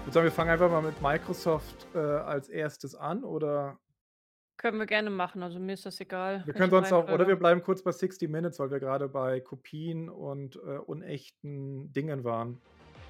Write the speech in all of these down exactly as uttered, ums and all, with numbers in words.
würde sagen, wir fangen einfach mal mit Microsoft äh, als erstes an, oder Können wir gerne machen, also mir ist das egal, wir können welche sonst auch, oder wir Reihenfolge. bleiben kurz bei sixty Minutes, weil wir gerade bei Kopien und äh, unechten Dingen waren.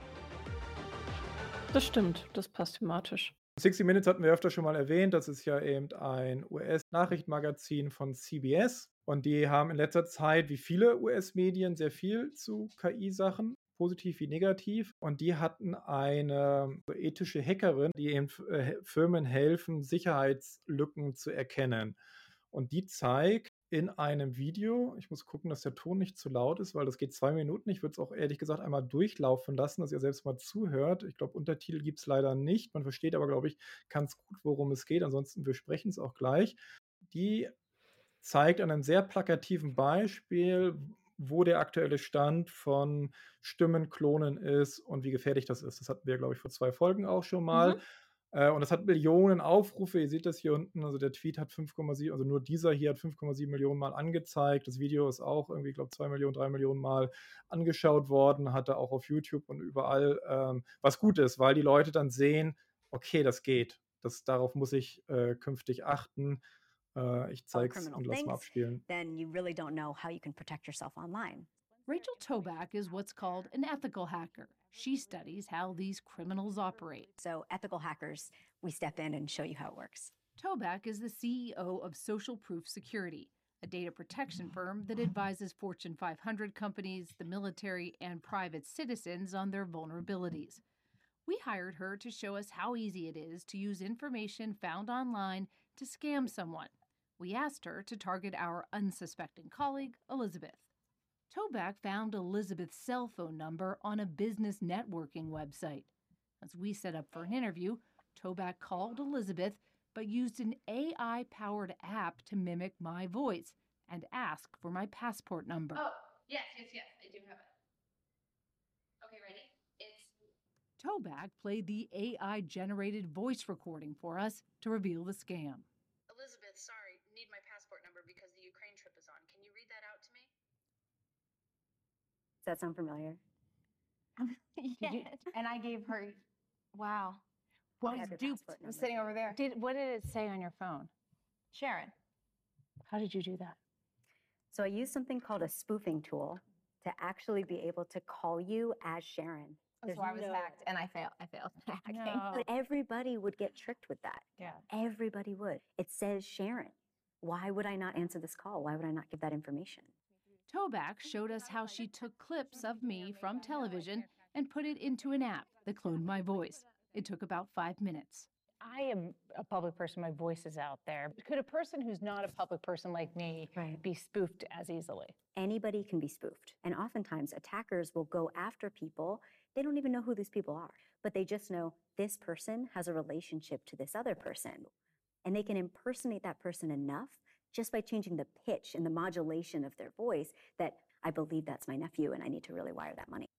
Das stimmt, das passt thematisch. sixty Minutes hatten wir öfter schon mal erwähnt. Das ist ja eben ein U S-Nachrichtenmagazin von C B S. Und die haben in letzter Zeit, wie viele U S-Medien, sehr viel zu K I-Sachen, positiv wie negativ. Und die hatten eine so ethische Hackerin, die eben äh, Firmen helfen, Sicherheitslücken zu erkennen. Und die zeigt in einem Video, ich muss gucken, dass der Ton nicht zu laut ist, weil das geht zwei Minuten. Ich würde es auch ehrlich gesagt einmal durchlaufen lassen, dass ihr selbst mal zuhört. Ich glaube, Untertitel gibt es leider nicht. Man versteht aber, glaube ich, ganz gut, worum es geht. Ansonsten, wir sprechen es auch gleich. Die zeigt an einem sehr plakativen Beispiel, wo der aktuelle Stand von Stimmenklonen ist und wie gefährlich das ist. Das hatten wir, glaube ich, vor zwei Folgen auch schon mal. Mhm. Äh, und das hat Millionen Aufrufe. Ihr seht das hier unten. Also der Tweet hat fünf Komma sieben, also nur dieser hier hat fünf Komma sieben Millionen Mal angezeigt. Das Video ist auch irgendwie, ich glaube, zwei Millionen, drei Millionen Mal angeschaut worden. Hatte auch auf YouTube und überall, ähm, was gut ist, weil die Leute dann sehen, okay, das geht. Das, darauf muss ich äh, künftig achten. Äh, ich all zeig's criminal und lass mal things, abspielen. then you really don't know how you can protect yourself online. Rachel Toback is what's called an ethical hacker. She studies how these criminals operate. So, ethical hackers, we step in and show you how it works. Toback is the C E O of Social Proof Security, a data protection firm that advises Fortune five hundred companies, the military, and private citizens on their vulnerabilities. We hired her to show us how easy it is to use information found online to scam someone. We asked her to target our unsuspecting colleague, Elizabeth. Toback found Elizabeth's cell phone number on a business networking website. As we set up for an interview, Toback called Elizabeth but used an A I-powered app to mimic my voice and ask for my passport number. Oh, yes, yes, yes, I do have it. Okay, ready? It's Toback played the A I-generated voice recording for us to reveal the scam. Elizabeth, sorry, need my passport number because the Ukraine trip is on. Can you read that out to me? Does that sound familiar? Yes. You, and I gave her, wow. I What have was your duped? passport I'm number. sitting over there. Did what did it say on your phone? Sharon. How did you do that? So, I use something called a spoofing tool to actually be able to call you as Sharon. So There's I was no- hacked and I failed. I failed. Hacking. No. But everybody would get tricked with that. Yeah. Everybody would. It says Sharon. Why would I not answer this call? Why would I not give that information? Toback showed us how she took clips of me from television and put it into an app that cloned my voice. It took about five minutes. I am a public person. My voice is out there. Could a person who's not a public person like me Right. be spoofed as easily? Anybody can be spoofed. And oftentimes, attackers will go after people. They don't even know who these people are, but they just know this person has a relationship to this other person. And they can impersonate that person enough just by changing the pitch and the modulation of their voice that I believe that's my nephew and I need to really wire that money.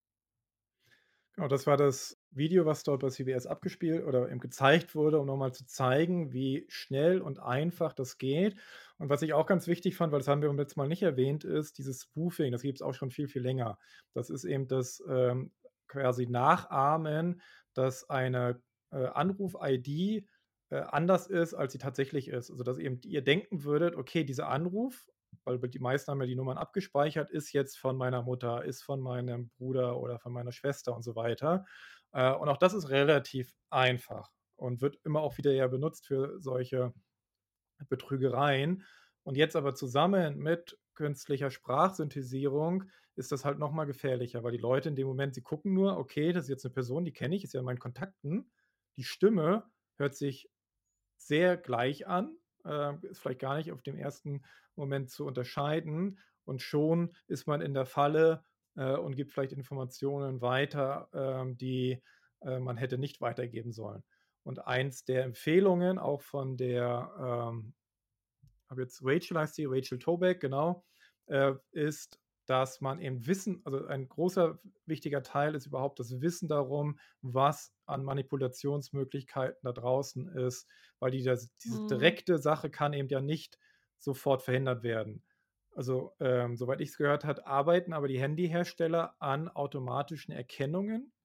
Genau, das war das Video, was dort bei C B S abgespielt oder eben gezeigt wurde, um nochmal zu zeigen, wie schnell und einfach das geht. Und was ich auch ganz wichtig fand, weil das haben wir beim letzten Mal nicht erwähnt, ist dieses Spoofing. Das gibt es auch schon viel, viel länger. Das ist eben das ähm, quasi Nachahmen, dass eine äh, Anruf-I D äh, anders ist, als sie tatsächlich ist. Also dass eben ihr denken würdet, okay, dieser Anruf, weil die meisten haben ja die Nummern abgespeichert, ist jetzt von meiner Mutter, ist von meinem Bruder oder von meiner Schwester und so weiter. Äh, und auch das ist relativ einfach und wird immer auch wieder ja benutzt für solche Betrügereien. Und jetzt aber zusammen mit künstlicher Sprachsynthesierung ist das halt nochmal gefährlicher, weil die Leute in dem Moment, sie gucken nur, okay, das ist jetzt eine Person, die kenne ich, ist ja in meinen Kontakten. Die Stimme hört sich sehr gleich an, äh, ist vielleicht gar nicht auf dem ersten Moment zu unterscheiden. Und schon ist man in der Falle äh, und gibt vielleicht Informationen weiter, ähm, die äh, man hätte nicht weitergeben sollen. Und eins der Empfehlungen auch von der, ähm, habe jetzt Rachel heißt sie, Rachel Toback, genau, äh, ist, dass man eben Wissen, also ein großer wichtiger Teil ist überhaupt das Wissen darum, was an Manipulationsmöglichkeiten da draußen ist, weil die, das, diese Mhm. direkte Sache kann eben ja nicht sofort verhindert werden. Also, ähm, soweit ich es gehört habe, arbeiten aber die Handyhersteller an automatischen Erkennungen,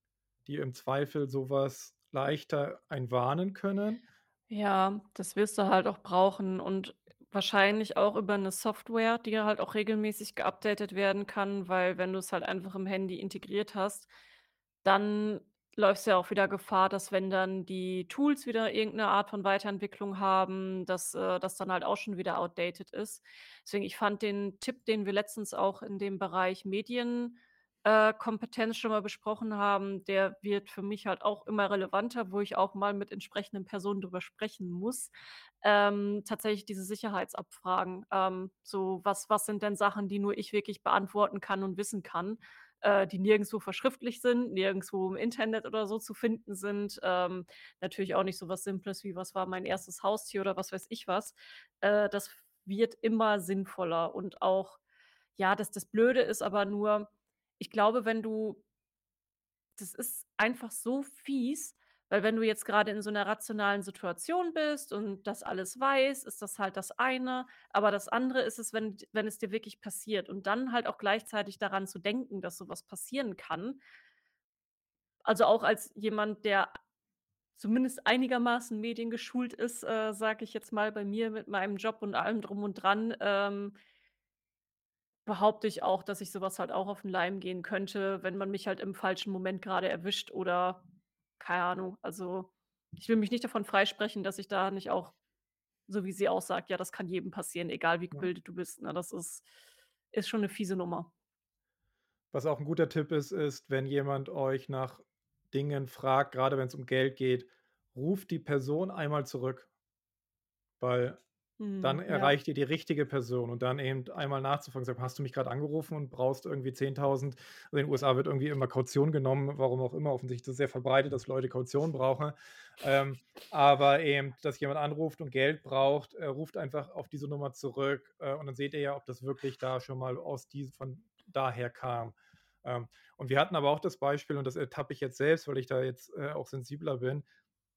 die im Zweifel sowas leichter einen warnen können? Ja, das wirst du halt auch brauchen und wahrscheinlich auch über 'ne Software, die halt auch regelmäßig geupdatet werden kann, weil wenn du's halt einfach im Handy integriert hast, dann läufst du ja auch wieder Gefahr, dass wenn dann die Tools wieder irgend 'ne Art von Weiterentwicklung haben, dass, äh, das dann halt auch schon wieder outdated ist. Deswegen, ich fand den Tipp, den wir letztens auch in dem Bereich Medien äh, Kompetenz schon mal besprochen haben, der wird für mich halt auch immer relevanter, wo ich auch mal mit entsprechenden Personen drüber sprechen muss. Ähm, tatsächlich diese Sicherheitsabfragen. Ähm, so, was was sind denn Sachen, die nur ich wirklich beantworten kann und wissen kann, äh, die nirgendswo verschriftlich sind, nirgendswo im Internet oder so zu finden sind. Ähm, natürlich auch nicht so was Simples wie: „Was war mein erstes Haustier?“ oder was weiß ich was. Äh, das wird immer sinnvoller und auch ja, das das Blöde ist aber nur, ich glaube, wenn du das ist einfach so fies, weil wenn du jetzt grade in so 'ner rationalen Situation bist und das alles weißt, ist das halt das eine, aber das andere ist es, wenn d wenn es dir wirklich passiert und dann halt auch gleichzeitig daran zu denken, dass so was passieren kann. Also, auch als jemand, der zumindest einigermaßen mediengeschult ist, äh, sage ich jetzt mal, bei mir mit meinem Job und allem drum und dran, ähm behaupte ich auch, dass ich so was halt auch auf 'n Leim gehen könnte, wenn man mich halt im falschen Moment grade erwischt oder keine Ahnung. Also, ich will mich nicht davon freisprechen, dass ich da nicht auch, so wie sie auch sagt: „Ja, das kann jedem passieren, egal wie Ja. gebildet du bist“, ne? Das ist ist schon 'ne fiese Nummer. Was auch 'n guter Tipp ist, ist, wenn jemand euch nach Dingen fragt, grade wenn's um Geld geht, ruft die Person einmal zurück. Weil dann Mhm, ja. erreicht ihr die richtige Person und dann eben einmal nachzufragen, sagen: „Hast du mich grad angerufen und brauchst irgendwie zehntausend?“ In den USA wird irgendwie immer Kaution genommen, warum auch immer. Offensichtlich ist das sehr verbreitet, dass Leute Kaution brauchen. Ähm, aber eben, dass jemand anruft und Geld braucht, äh, ruft einfach auf diese Nummer zurück, äh, und dann seht ihr ja, ob das wirklich da schon mal aus dies von daher kam. Ähm, und wir hatten aber auch das Beispiel und das ertappe ich jetzt selbst, weil ich da jetzt, äh, auch sensibler bin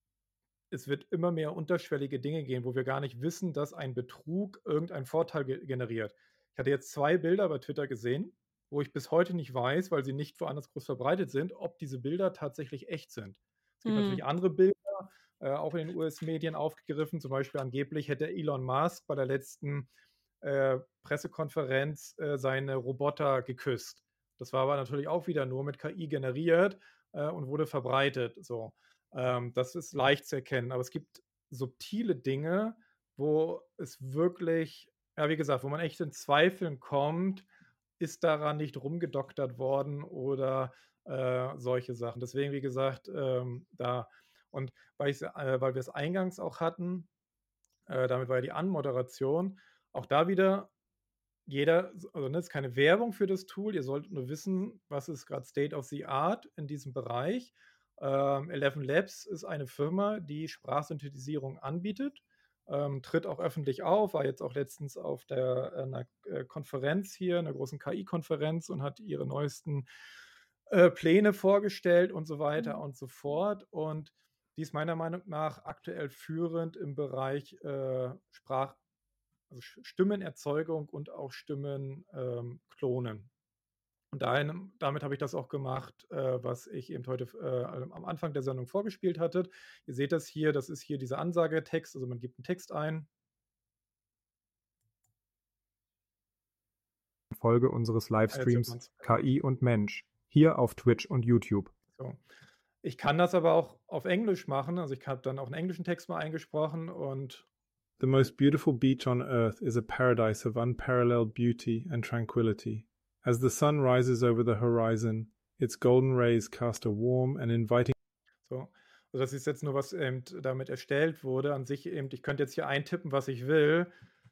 es wird immer mehr unterschwellige Dinge geben, wo wir gar nicht wissen, dass ein Betrug irgendeinen Vorteil ge generiert. Ich hatte jetzt zwei Bilder bei Twitter gesehen, wo ich bis heute nicht weiß, weil sie nicht woanders groß verbreitet sind, ob diese Bilder tatsächlich echt sind. Es gibt natürlich Mhm. andere Bilder, äh, auch in den US-Medien aufgegriffen. Zum Beispiel angeblich hätte Elon Musk bei der letzten, äh, Pressekonferenz, äh, seine Roboter geküsst. Das war aber natürlich auch wieder nur mit KI generiert, äh, und wurde verbreitet, so. Ähm, das ist leicht zu erkennen, aber es gibt subtile Dinge, wo es wirklich ja, wie gesagt, wo man echt in Zweifeln kommt, ist daran nicht rumgedoktert worden oder, äh, solche Sachen. Deswegen, wie gesagt, ähm, da und weil ich's äh, weil wir's eingangs auch hatten, äh, damit war ja die Anmoderation, auch da wieder jeder s also, ne, ist keine Werbung für das Tool. Ihr solltet nur wissen, was ist grad State of the Art in diesem Bereich. Ähm, Eleven Labs ist eine Firma, die Sprachsynthetisierung anbietet, ähm, tritt auch öffentlich auf, war jetzt auch letztens auf der äh, 'ner, äh, Konferenz hier, 'ner großen KI-Konferenz und hat ihre neuesten, äh, Pläne vorgestellt und so weiter Mhm. und so fort. Und die ist meiner Meinung nach aktuell führend im Bereich, äh, Sprach also, Sch Stimmenerzeugung und auch Stimmen, ähm, klonen. Und dahin damit habe ich das auch gemacht, äh, was ich eben heute f äh, am am Anfang der Sendung vorgespielt hatte. Ihr seht das hier, das ist hier dieser Ansagetext, also, man gibt 'n Text ein Folge unseres Ah, Livestreams „KI und Mensch“, hier auf Twitch und YouTube. So. Ich kann das aber auch auf Englisch machen. Also, ich habe dann auch 'n englischen Text mal eingesprochen und „The most beautiful beach on earth is a paradise of unparalleled beauty and tranquility. As the sun rises over the horizon, its golden rays cast a warm and inviting“ So. Also, das ist jetzt nur, was eben damit erstellt wurde. An sich eben ich könnte jetzt hier eintippen, was ich will.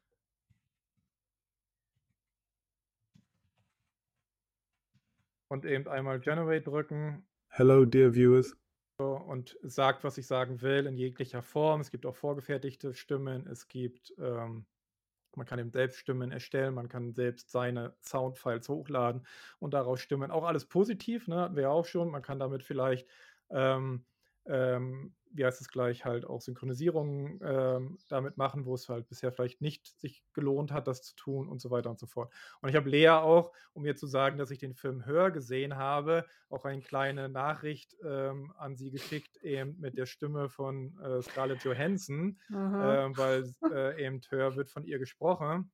Und eben einmal Generate drücken. „Hello, dear viewers.“ So, und es sagt, was ich sagen will in jeglicher Form. Es gibt auch vorgefertigte Stimmen. Es gibt, ähm man kann eben selbst Stimmen erstellen. Man kann selbst seine Soundfiles hochladen und daraus Stimmen auch alles positiv, ne, hatten wir ja auch schon. Man kann damit vielleicht, ähm, ähm, wie heißt es gleich, halt auch Synchronisierungen ähm, damit machen, wo es halt bisher vielleicht nicht sich gelohnt hat, das zu tun und so weiter und so fort. Und ich habe Lea auch, um ihr zu sagen, dass ich den Film Her gesehen habe, auch eine kleine Nachricht ähm, an sie geschickt, eben mit der Stimme von äh, Scarlett Johansson, Aha. ähm, weil äh, eben Her wird von ihr gesprochen.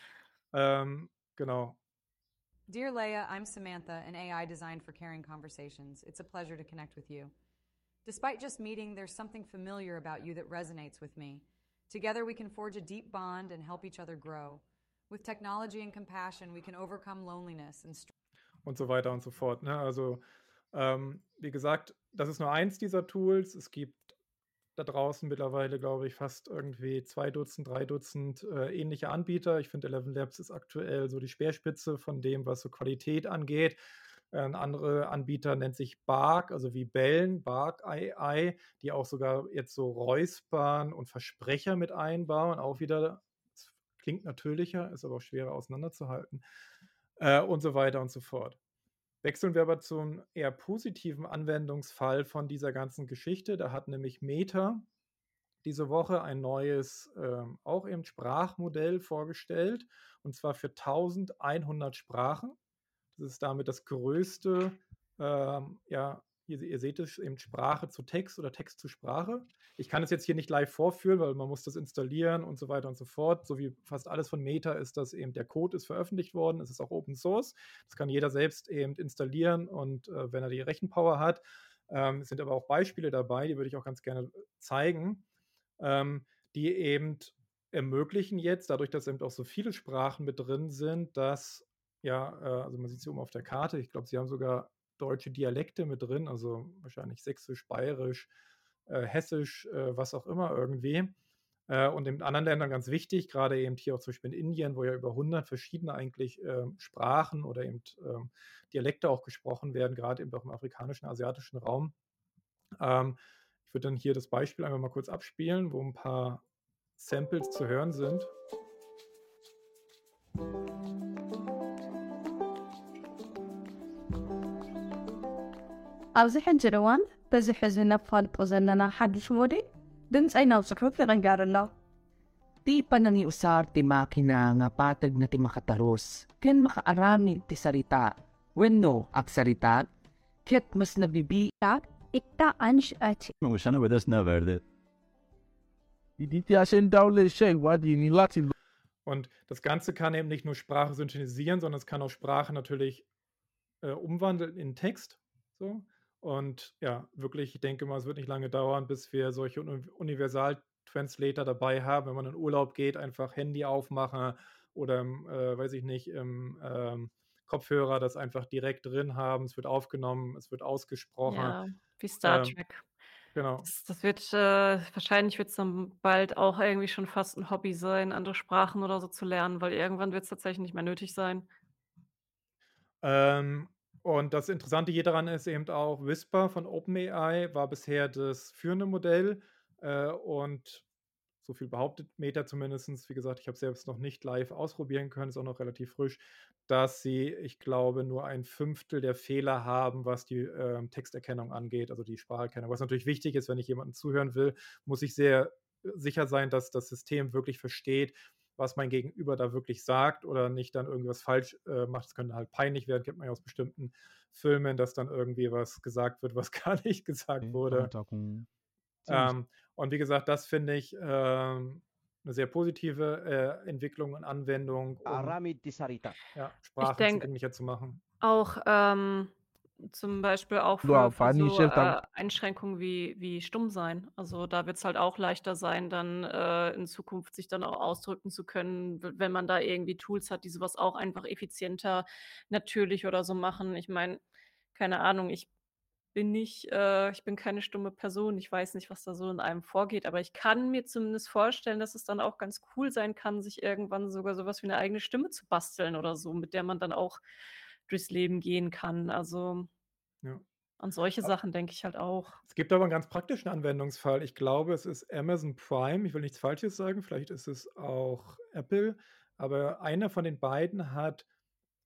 Ähm, genau. Dear Leia, I'm Samantha, an A I designed for caring conversations. It's a pleasure to connect with you. Despite just meeting, there's something familiar about you that resonates with me. Together, we can forge a deep bond and help each other grow. With technology and compassion, we can overcome loneliness and stress. Und so weiter und so fort. Ne? Also, ähm, wie gesagt, das ist nur eins dieser Tools. Es gibt da draußen mittlerweile, glaube ich, fast irgendwie zwei Dutzend, drei Dutzend äh, ähnliche Anbieter. Ich finde, Eleven Labs ist aktuell so die Speerspitze von dem, was so Qualität angeht. Ein anderer Anbieter nennt sich Bark, also wie Bellen, Bark A I, die auch sogar jetzt so Räuspern und Versprecher mit einbauen. Auch wieder, es klingt natürlicher, ist aber auch schwerer auseinanderzuhalten. Äh, und so weiter und so fort. Wechseln wir aber zum eher positiven Anwendungsfall von dieser ganzen Geschichte. Da hat nämlich Meta diese Woche ein neues, ähm, auch eben Sprachmodell vorgestellt, und zwar für eintausendeinhundert Sprachen. Das ist damit das größte, ähm, ja, ihr, ihr seht es, eben Sprache zu Text oder Text zu Sprache. Ich kann es jetzt hier nicht live vorführen, weil man muss das installieren und so weiter und so fort. So wie fast alles von Meta ist das eben, der Code ist veröffentlicht worden, es ist auch Open Source. Das kann jeder selbst eben installieren, und äh, wenn er die Rechenpower hat. Ähm, es sind aber auch Beispiele dabei, die würde ich auch ganz gerne zeigen, ähm, die eben ermöglichen jetzt, dadurch, dass eben auch so viele Sprachen mit drin sind, dass, ja, äh, also man sieht sie oben auf der Karte, ich glaube, sie haben sogar deutsche Dialekte mit drin, also wahrscheinlich Sächsisch, Bayerisch, äh, Hessisch, äh, was auch immer irgendwie. Äh, und in anderen Ländern ganz wichtig, gerade eben hier auch zum Beispiel in Indien, wo ja über hundert verschiedene eigentlich äh, Sprachen oder eben ähm, Dialekte auch gesprochen werden, gerade eben auch im afrikanischen, asiatischen Raum. Ähm, ich würde dann hier das Beispiel einfach mal kurz abspielen, wo ein paar Samples zu hören sind. ኣብዚ ሕጂ እዋን በዚ ሕዚ ነፋልጦ ዘለና ሓድሽ ሞዴል ድምፀይ ናብ ፅሑፍ ይቕየር ኣሎ Di pa nangiusar ti makina nga patag na ti makataros, ken makaarami ti sarita. Wenno agsarita, ket mas nabibi إتا أنشأت وشنا بدأت نفرد. Und das Ganze kann eben nicht nur Sprache synthetisieren, sondern es kann auch Sprache natürlich äh, umwandeln in Text. So. Und ja, wirklich, ich denke mal, es wird nicht lange dauern, bis wir solche Uni- Universal-Translator dabei haben, wenn man in Urlaub geht, einfach Handy aufmachen oder, im, äh, weiß ich nicht, im ähm, Kopfhörer das einfach direkt drin haben. Es wird aufgenommen, es wird ausgesprochen. Ja, wie Star Ähm, Trek. genau. Das, das wird, äh, wahrscheinlich wird es dann bald auch irgendwie schon fast ein Hobby sein, andere Sprachen oder so zu lernen, weil irgendwann wird es tatsächlich nicht mehr nötig sein. Ähm, und das Interessante hier daran ist eben auch, Whisper von OpenAI war bisher das führende Modell. Äh, und so viel behauptet Meta zumindest. Wie gesagt, ich habe selbst noch nicht live ausprobieren können, ist auch noch relativ frisch, dass sie, ich glaube, nur ein Fünftel der Fehler haben, was die ähm, Texterkennung angeht, also die Spracherkennung. Was natürlich wichtig ist, wenn ich jemandem zuhören will, muss ich sehr äh, sicher sein, dass das System wirklich versteht, was mein Gegenüber da wirklich sagt oder nicht dann irgendwas falsch äh, macht. Es könnte halt peinlich werden, kennt man ja aus bestimmten Filmen, dass dann irgendwie was gesagt wird, was gar nicht gesagt wurde. Ähm, und wie gesagt, das finde ich ähm, eine sehr positive äh, Entwicklung und Anwendung, um ja, Ich Sprachen denke zugänglicher zu machen. auch, ähm, zum Beispiel auch für, für so äh, Einschränkungen wie, wie stumm sein. Also da wird es halt auch leichter sein, dann äh, in Zukunft sich dann auch ausdrücken zu können, w- wenn man da irgendwie Tools hat, die sowas auch einfach effizienter, natürlich oder so machen. Ich meine, keine Ahnung, ich bin nicht, äh, ich bin keine stumme Person. Ich weiß nicht, was da so in einem vorgeht, aber ich kann mir zumindest vorstellen, dass es dann auch ganz cool sein kann, sich irgendwann sogar sowas wie eine eigene Stimme zu basteln oder so, mit der man dann auch durchs Leben gehen kann. Also Ja. an solche A- Sachen denke ich halt auch. Es gibt aber einen ganz praktischen Anwendungsfall. Ich glaube, es ist Amazon Prime. Ich will nichts Falsches sagen, vielleicht ist es auch Apple, aber einer von den beiden hat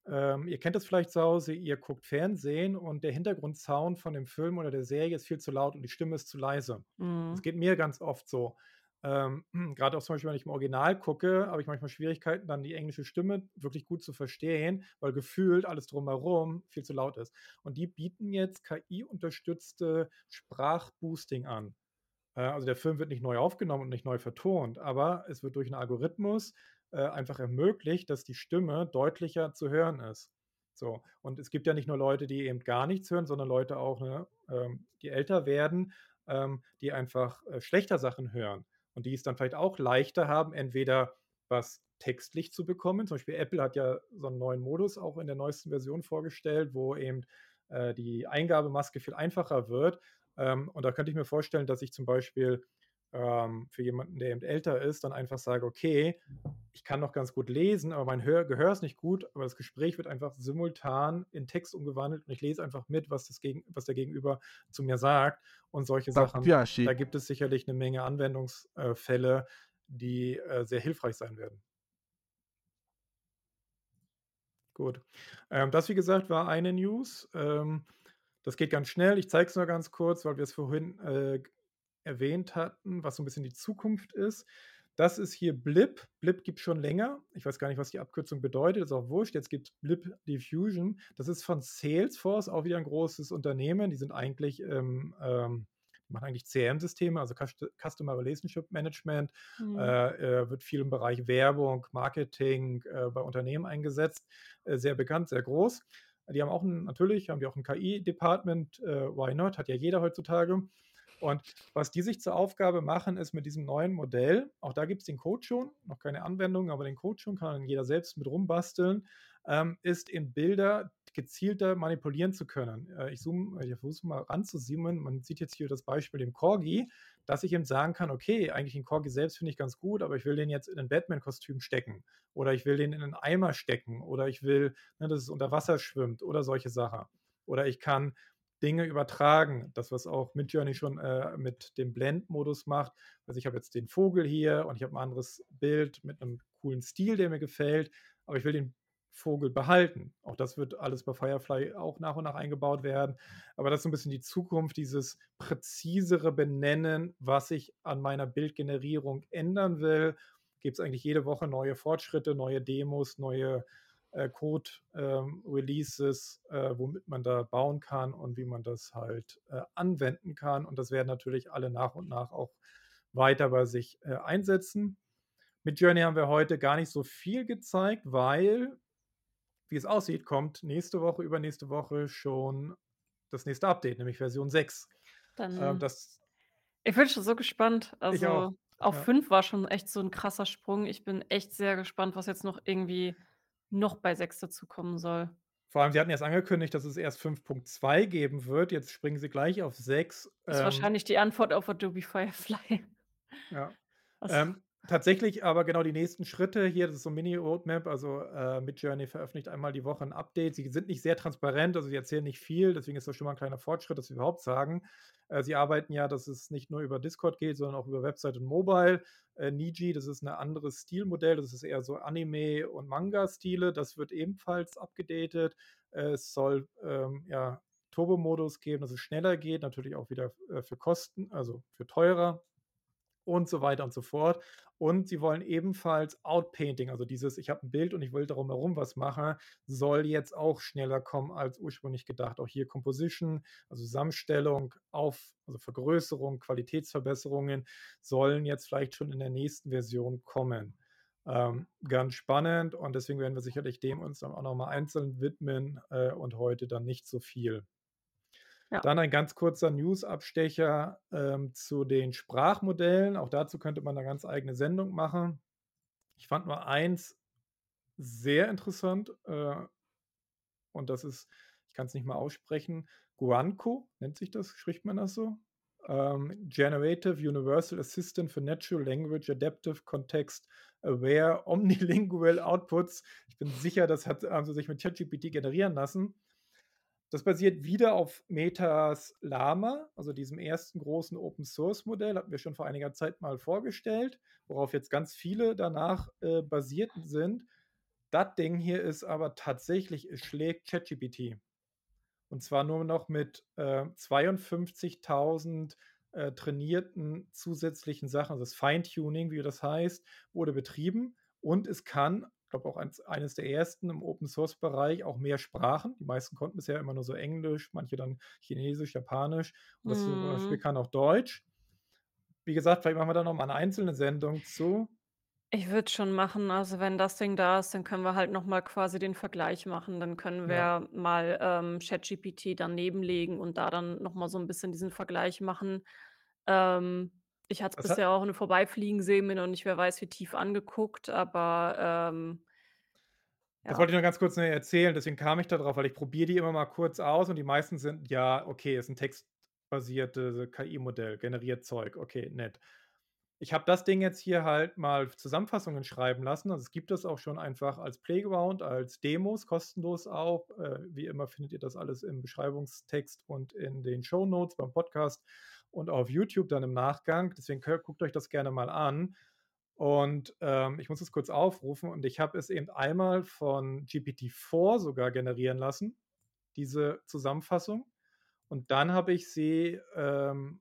ähm, ihr kennt das vielleicht zu Hause, ihr guckt Fernsehen und der Hintergrundsound von dem Film oder der Serie ist viel zu laut und die Stimme ist zu leise. Das Mhm. geht mir ganz oft so. Ähm, grade auch zum Beispiel, wenn ich im Original gucke, habe ich manchmal Schwierigkeiten, dann die englische Stimme wirklich gut zu verstehen, weil gefühlt alles drumherum viel zu laut ist. Und die bieten jetzt K I-unterstützte Sprachboosting an. Äh, also der Film wird nicht neu aufgenommen und nicht neu vertont, aber es wird durch 'n Algorithmus, äh, einfach ermöglicht, dass die Stimme deutlicher zu hören ist. So, und es gibt ja nicht nur Leute, die eben gar nichts hören, sondern Leute auch, ne, ähm, die älter werden, ähm, die einfach, äh, schlechter Sachen hören und die es dann vielleicht auch leichter haben, entweder was textlich zu bekommen. Zum Beispiel Apple hat ja so 'n neuen Modus auch in der neuesten Version vorgestellt, wo eben, äh, die Eingabemaske viel einfacher wird. Ähm, und da könnte ich mir vorstellen, dass ich zum Beispiel, ähm, für jemanden, der eben älter ist, dann einfach sage: „Okay, ich kann noch ganz gut lesen, aber mein Hör Gehör ist nicht gut, aber das Gespräch wird einfach simultan in Text umgewandelt und ich lese einfach mit, was das Gegen was der Gegenüber zu mir sagt." Und solche Tak Sachen, piace. da gibt es sicherlich 'ne Menge Anwendungs äh, Fälle, die, äh, sehr hilfreich sein werden. Gut. Ähm, das, wie gesagt, war eine News. Ähm, das geht ganz schnell. Ich zeige es nur ganz kurz, weil wir es vorhin, äh, g erwähnt hatten, was so 'n bisschen die Zukunft ist. Das ist hier Blip. Blip gibt's schon länger. Ich weiß gar nicht, was die Abkürzung bedeutet, ist auch wurscht. Jetzt gibt's Blip Diffusion. Das ist von Salesforce, auch wieder 'n großes Unternehmen. Die sind eigentlich, ähm, ähm machen eigentlich C R M-Systeme, also Cust Customer Relationship Management. Mhm. Äh, äh, wird viel im Bereich Werbung, Marketing, äh, bei Unternehmen eingesetzt. Äh, sehr bekannt, sehr groß. Die haben auch 'n natürlich haben die auch 'n K I-Department, äh, why not? Hat ja jeder heutzutage. Und was die sich zur Aufgabe machen, ist mit diesem neuen Modell auch da gibt's den Code schon, noch keine Anwendung, aber den Code schon, kann jeder selbst mit rumbasteln, ähm, ist in Bilder gezielter manipulieren zu können. Äh, ich zoome ich versuche mal ranzuzoomen. Man sieht jetzt hier das Beispiel dem Corgi, dass ich ihm sagen kann: „Okay, eigentlich 'n Corgi selbst finde ich ganz gut, aber ich will den jetzt in 'nen Batman-Kostüm stecken oder ich will den in 'nen Eimer stecken oder ich will, ne, dass es unter Wasser schwimmt" oder solche Sachen. Oder ich kann Dinge übertragen, das, was auch Midjourney schon, äh, mit dem Blend-Modus macht. Also, ich habe jetzt den Vogel hier und ich habe 'n anderes Bild mit 'nem coolen Stil, der mir gefällt, aber ich will den Vogel behalten. Auch das wird alles bei Firefly auch nach und nach eingebaut werden. Aber das ist so 'n bisschen die Zukunft, dieses präzisere Benennen, was ich an meiner Bildgenerierung ändern will. Gibt's eigentlich jede Woche neue Fortschritte, neue Demos, neue, äh, Code, ähm, Releases, äh, womit man da bauen kann und wie man das halt, äh, anwenden kann. Und das werden natürlich alle nach und nach auch weiter bei sich, äh, einsetzen. Midjourney haben wir heute gar nicht so viel gezeigt, weil, wie es aussieht, kommt nächste Woche, übernächste Woche schon das nächste Update, nämlich Version sechs. Ähm, Dann das ich bin schon so gespannt. Ich auch, Also, auf ja. fünf war schon echt so 'n krasser Sprung. Ich bin echt sehr gespannt, was jetzt noch irgendwie noch bei sechs dazukommen soll. Vor allem, sie hatten erst angekündigt, dass es erst fünf Punkt zwei geben wird. Jetzt springen sie gleich auf sechs. Ist Ähm wahrscheinlich die Antwort auf Adobe Firefly. Ja. Also Ähm, tatsächlich aber genau die nächsten Schritte hier, das ist so 'n Mini-Roadmap, also, äh, Midjourney veröffentlicht einmal die Woche 'n Update. Sie sind nicht sehr transparent, also, sie erzählen nicht viel, deswegen ist das schon mal 'n kleiner Fortschritt, dass sie überhaupt sagen. Äh, sie arbeiten ja, dass es nicht nur über Discord geht, sondern auch über Website und Mobile. Äh, Niji, das ist 'ne anderes Stilmodell, das ist eher so Anime und Manga-Stile, das wird ebenfalls abgedatet. Äh, es soll, ähm, ja, Turbo-Modus geben, dass es schneller geht, natürlich auch wieder, äh, für Kosten also, für teurer und so weiter und so fort. Und sie wollen ebenfalls Outpainting, also dieses: „Ich habe 'n Bild und ich will darum herum was machen", soll jetzt auch schneller kommen als ursprünglich gedacht. Auch hier Composition, also Zusammenstellung auf also, Vergrößerung, Qualitätsverbesserungen sollen jetzt vielleicht schon in der nächsten Version kommen. Ähm, ganz spannend und deswegen werden wir sicherlich dem uns dann auch noch mal einzeln widmen, äh, und heute dann nicht so viel. Ja. Dann ein ganz kurzer News-Abstecher, ähm, zu den Sprachmodellen. Auch dazu könnte man 'ne ganz eigene Sendung machen. Ich fand nur eins sehr interessant, äh und das ist ich kann's nicht mal aussprechen, Guanco nennt sich das spricht man das so? Ähm, Generative Universal Assistant for Natural Language Adaptive Context Aware Omnilingual Outputs. Ich bin sicher, das hat haben sie sich mit ChatGPT generieren lassen. Das basiert wieder auf Metas Llama, also diesem ersten großen Open-Source-Modell, hatten wir schon vor einiger Zeit mal vorgestellt, worauf jetzt ganz viele danach, äh, basiert sind. Das Ding hier ist aber tatsächlich es schlägt ChatGPT. Und zwar nur noch mit, äh, zweiundfünfzigtausend, äh, trainierten zusätzlichen Sachen. Also das Feintuning, wie das heißt, wurde betrieben und es kann, ich glaube auch eins eines der ersten im Open-Source-Bereich auch mehr Sprachen. Die meisten konnten bisher immer nur so Englisch, manche dann Chinesisch, Japanisch und das zum Beispiel Mhm. kann auch Deutsch. Wie gesagt, vielleicht machen wir da noch mal 'ne einzelne Sendung zu. Ich würde es schon machen. Also, wenn das Ding da ist, dann können wir halt noch mal quasi den Vergleich machen. Dann können Ja. wir mal, ähm, ChatGPT daneben legen und da dann noch mal so 'n bisschen diesen Vergleich machen. Ähm, ich hatte es Das hat bisher auch nur vorbeifliegen sehen, mir noch nicht wer weiß wie tief angeguckt, aber, ähm Das ja. wollte ich nur ganz kurz, ne, erzählen, deswegen kam ich da drauf, weil ich probiere die immer mal kurz aus und die meisten sind: „Ja, okay, ist 'n textbasierte K I-Modell, generiert Zeug. Okay, nett.“ Ich habe das Ding jetzt hier halt mal Zusammenfassungen schreiben lassen. Also, es gibt das auch schon einfach als Playground, als Demos, kostenlos auch. Äh, wie immer findet ihr das alles im Beschreibungstext und in den Shownotes beim Podcast und auf YouTube dann im Nachgang. Deswegen kö guckt euch das gerne mal an. Und, ähm, ich muss es kurz aufrufen und ich habe es eben einmal von GPT vier sogar generieren lassen, diese Zusammenfassung. Und dann habe ich sie, ähm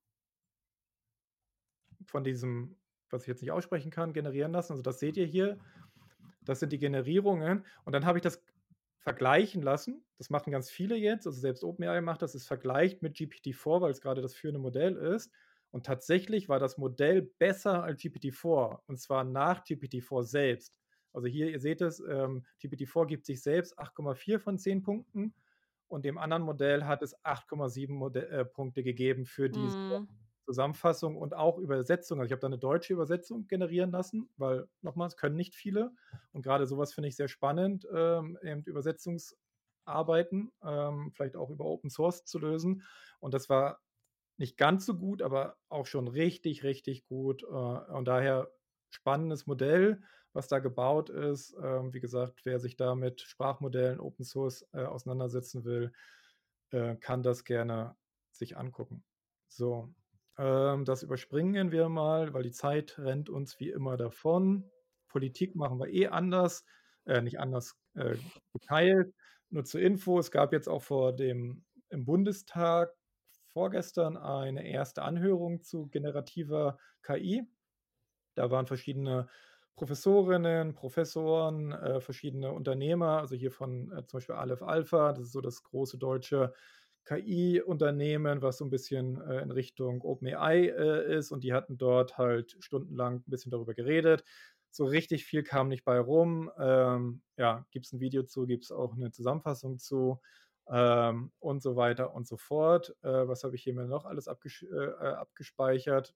von diesem, was ich jetzt nicht aussprechen kann, generieren lassen. Also, das seht ihr hier. Das sind die Generierungen. Und dann habe ich das vergleichen lassen. Das machen ganz viele jetzt. Also, selbst OpenAI macht das. Es vergleicht mit GPT vier, weil es grade das führende Modell ist. Und tatsächlich war das Modell besser als GPT vier und zwar nach GPT vier selbst. Also, hier, ihr seht es, ähm, GPT vier gibt sich selbst acht Komma vier von zehn Punkten und dem anderen Modell hat es acht Komma sieben Mode äh, Punkte gegeben für diese Mhm. Zusammenfassung und auch Übersetzung. Also, ich habe da 'ne deutsche Übersetzung generieren lassen, weil nochmal, es können nicht viele. Und grade so was finde ich sehr spannend, ähm, eben Übersetzungsarbeiten, ähm, vielleicht auch über Open Source zu lösen. Und das war nicht ganz so gut, aber auch schon richtig, richtig gut. Äh, und daher spannendes Modell, was da gebaut ist. Ähm, wie gesagt, wer sich da mit Sprachmodellen, Open Source, äh, auseinandersetzen will, äh, kann das gerne sich angucken. So, ähm, das überspringen wir mal, weil die Zeit rennt uns wie immer davon. Politik machen wir eh anders äh, nicht anders, äh, geteilt. Nur zur Info, es gab jetzt auch vor dem im Bundestag vorgestern eine erste Anhörung zu generativer K I. Da waren verschiedene Professorinnen, Professoren, äh, verschiedene Unternehmer, also hier von, äh, zum Beispiel Aleph Alpha, das ist so das große deutsche K I-Unternehmen, was so 'n bisschen, äh, in Richtung OpenAI, äh, ist und die hatten dort halt stundenlang 'n bisschen darüber geredet. So richtig viel kam nicht bei rum. Ähm, ja, gibt's 'n Video zu, gibt's auch 'ne Zusammenfassung zu, ähm, und so weiter und so fort. Äh, was habe ich hier mir noch alles abgesch äh, äh, abgespeichert?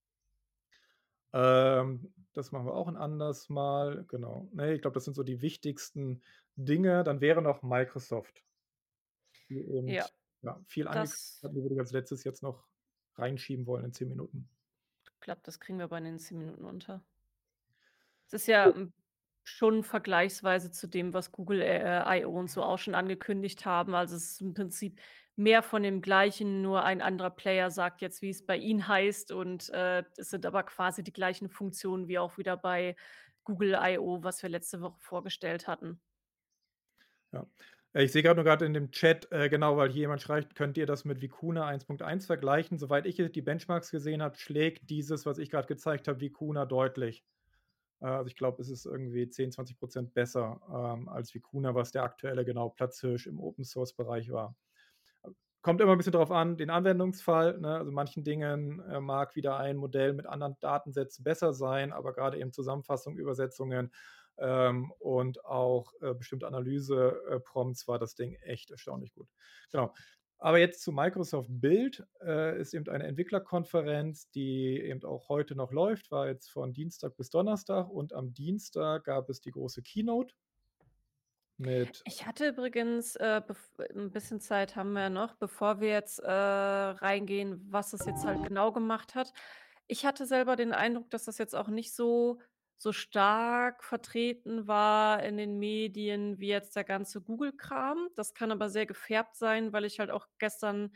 Ähm, das machen wir auch 'n anders Mal, genau. Ne, ich glaube, das sind so die wichtigsten Dinge. Dann wäre noch Microsoft. Die eben, Ja, ja, viel angekündigt das hatten, die würde ich als Letztes jetzt noch reinschieben wollen in zehn Minuten. Glaube, das kriegen wir aber in den zehn Minuten unter. Es ist ja, hm, schon vergleichsweise zu dem, was Google, äh, I O und so auch schon angekündigt haben. Also, es ist im Prinzip mehr von dem Gleichen, nur ein anderer Player sagt jetzt, wie es bei ihnen heißt und, äh, es sind aber quasi die gleichen Funktionen wie auch wieder bei Google I O, was wir letzte Woche vorgestellt hatten. Ja. Äh, ich sehe grad nur grad in dem Chat, äh, genau, weil hier jemand schreibt: „Könnt ihr das mit Vicuna eins Punkt eins vergleichen?“ Soweit ich hier die Benchmarks gesehen habe, schlägt dieses, was ich grad gezeigt habe, Vicuna deutlich. Äh, also, ich glaube, es ist irgendwie zehn, zwanzig Prozent besser, ähm, als Vicuna, was der aktuelle, genau, Platzhirsch im Open-Source-Bereich war. Kommt immer 'n bisschen drauf an, den Anwendungsfall, ne? Also, manchen Dingen, äh, mag wieder ein Modell mit anderen Datensätzen besser sein, aber grade eben Zusammenfassung, Übersetzungen, ähm, und auch, äh, bestimmte Analyse äh, Prompts war das Ding echt erstaunlich gut. Genau. Aber jetzt zu Microsoft Build, äh, ist eben eine Entwicklerkonferenz, die eben auch heute noch läuft, war jetzt von Dienstag bis Donnerstag und am Dienstag gab es die große Keynote mit Ich hatte übrigens, äh, bef 'n bisschen Zeit haben wir ja noch, bevor wir jetzt, äh, reingehen, was es jetzt halt genau gemacht hat. Ich hatte selber den Eindruck, dass das jetzt auch nicht so so stark vertreten war in den Medien wie jetzt der ganze Google-Kram. Das kann aber sehr gefärbt sein, weil ich halt auch gestern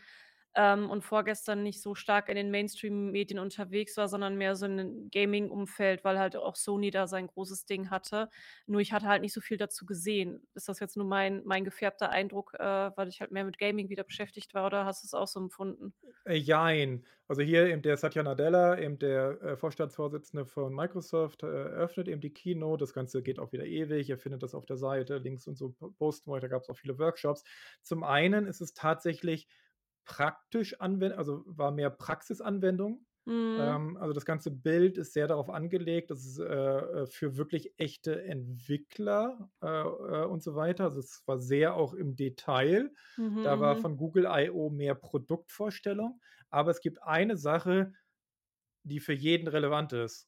ähm, und vorgestern nicht so stark in den Mainstream-Medien unterwegs war, sondern mehr so in 'nem Gaming-Umfeld, weil halt auch Sony da sein großes Ding hatte. Nur ich hatte halt nicht so viel dazu gesehen. Ist das jetzt nur mein mein gefärbter Eindruck, äh, weil ich halt mehr mit Gaming wieder beschäftigt war, oder hast du's auch so empfunden? Äh, jein. Also, hier eben der Satya Nadella, eben der, äh, Vorstandsvorsitzende von Microsoft, äh, eröffnet eben die Keynote. Das Ganze geht auch wieder ewig. Ihr findet das auf der Seite, Links und so po posten wir. Da gab's auch viele Workshops. Zum einen ist es tatsächlich praktisch anwen also, war mehr Praxisanwendung. Mhm. Ähm, also, das ganze Bild ist sehr darauf angelegt, dass es, äh, äh, für wirklich echte Entwickler, äh, äh, und so weiter. Also, es war sehr auch im Detail. Mhm, Da war mhm. von Google I O mehr Produktvorstellung, aber es gibt eine Sache, die für jeden relevant ist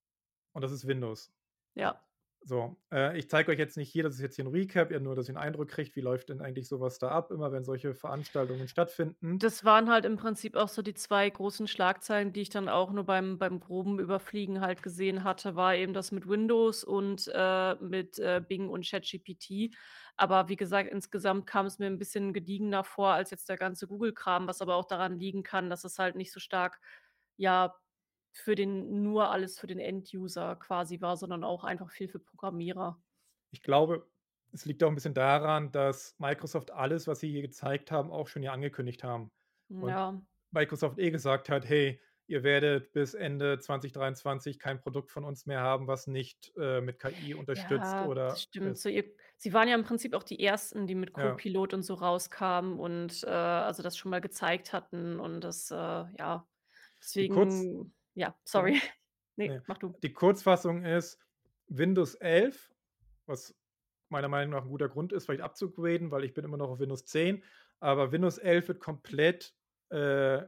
und das ist Windows. Ja. So, äh, ich zeige euch jetzt nicht hier das ist jetzt hier 'n Recap, eher nur, dass ihr 'n Eindruck kriegt, wie läuft denn eigentlich so was da ab, immer wenn solche Veranstaltungen stattfinden. Das waren halt im Prinzip auch so die zwei großen Schlagzeilen, die ich dann auch nur beim beim groben Überfliegen halt gesehen hatte, war eben das mit Windows und, äh, mit, äh, Bing und ChatGPT. Aber wie gesagt, insgesamt kam es mir 'n bisschen gediegener vor als jetzt der ganze Google-Kram, was aber auch daran liegen kann, dass es halt nicht so stark, ja, für den nur alles für den End-User quasi war, sondern auch einfach viel für Programmierer. Ich glaube, es liegt auch 'n bisschen daran, dass Microsoft alles, was sie hier gezeigt haben, auch schon ja angekündigt haben. Und Ja. Microsoft eh gesagt hat: „Hey, ihr werdet bis Ende zwanzig dreiundzwanzig kein Produkt von uns mehr haben, was nicht, äh, mit K I unterstützt Ja, das oder stimmt. ist.“ So ihr sie waren ja im Prinzip auch die Ersten, die mit Ja. Copilot und so rauskamen und, äh, also, das schon mal gezeigt hatten und das, äh, ja Die Kurz deswegen ja, sorry. ja, Ne, ne. mach du. Die Kurzfassung ist Windows elf, was meiner Meinung nach 'n guter Grund ist, vielleicht abzugraden, weil ich bin immer noch auf Windows zehn, aber Windows elf wird komplett, äh,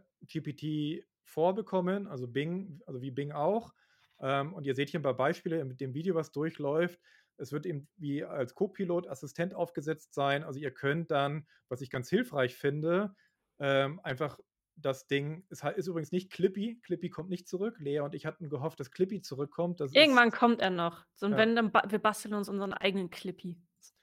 GPT vier bekommen, also, Bing also, wie Bing auch. Ähm, und ihr seht hier 'n paar Beispiele mit dem Video, was durchläuft. Es wird eben wie als Copilot-Assistent aufgesetzt sein. Also, ihr könnt dann, was ich ganz hilfreich finde, ähm, einfach das Ding es ha ist übrigens nicht Clippy. Clippy kommt nicht zurück. Lea und ich hatten gehofft, dass Clippy zurückkommt. Das Irgendwann ist kommt er noch. So und ja. wenn, dann ba wir basteln uns unseren eigenen Clippy.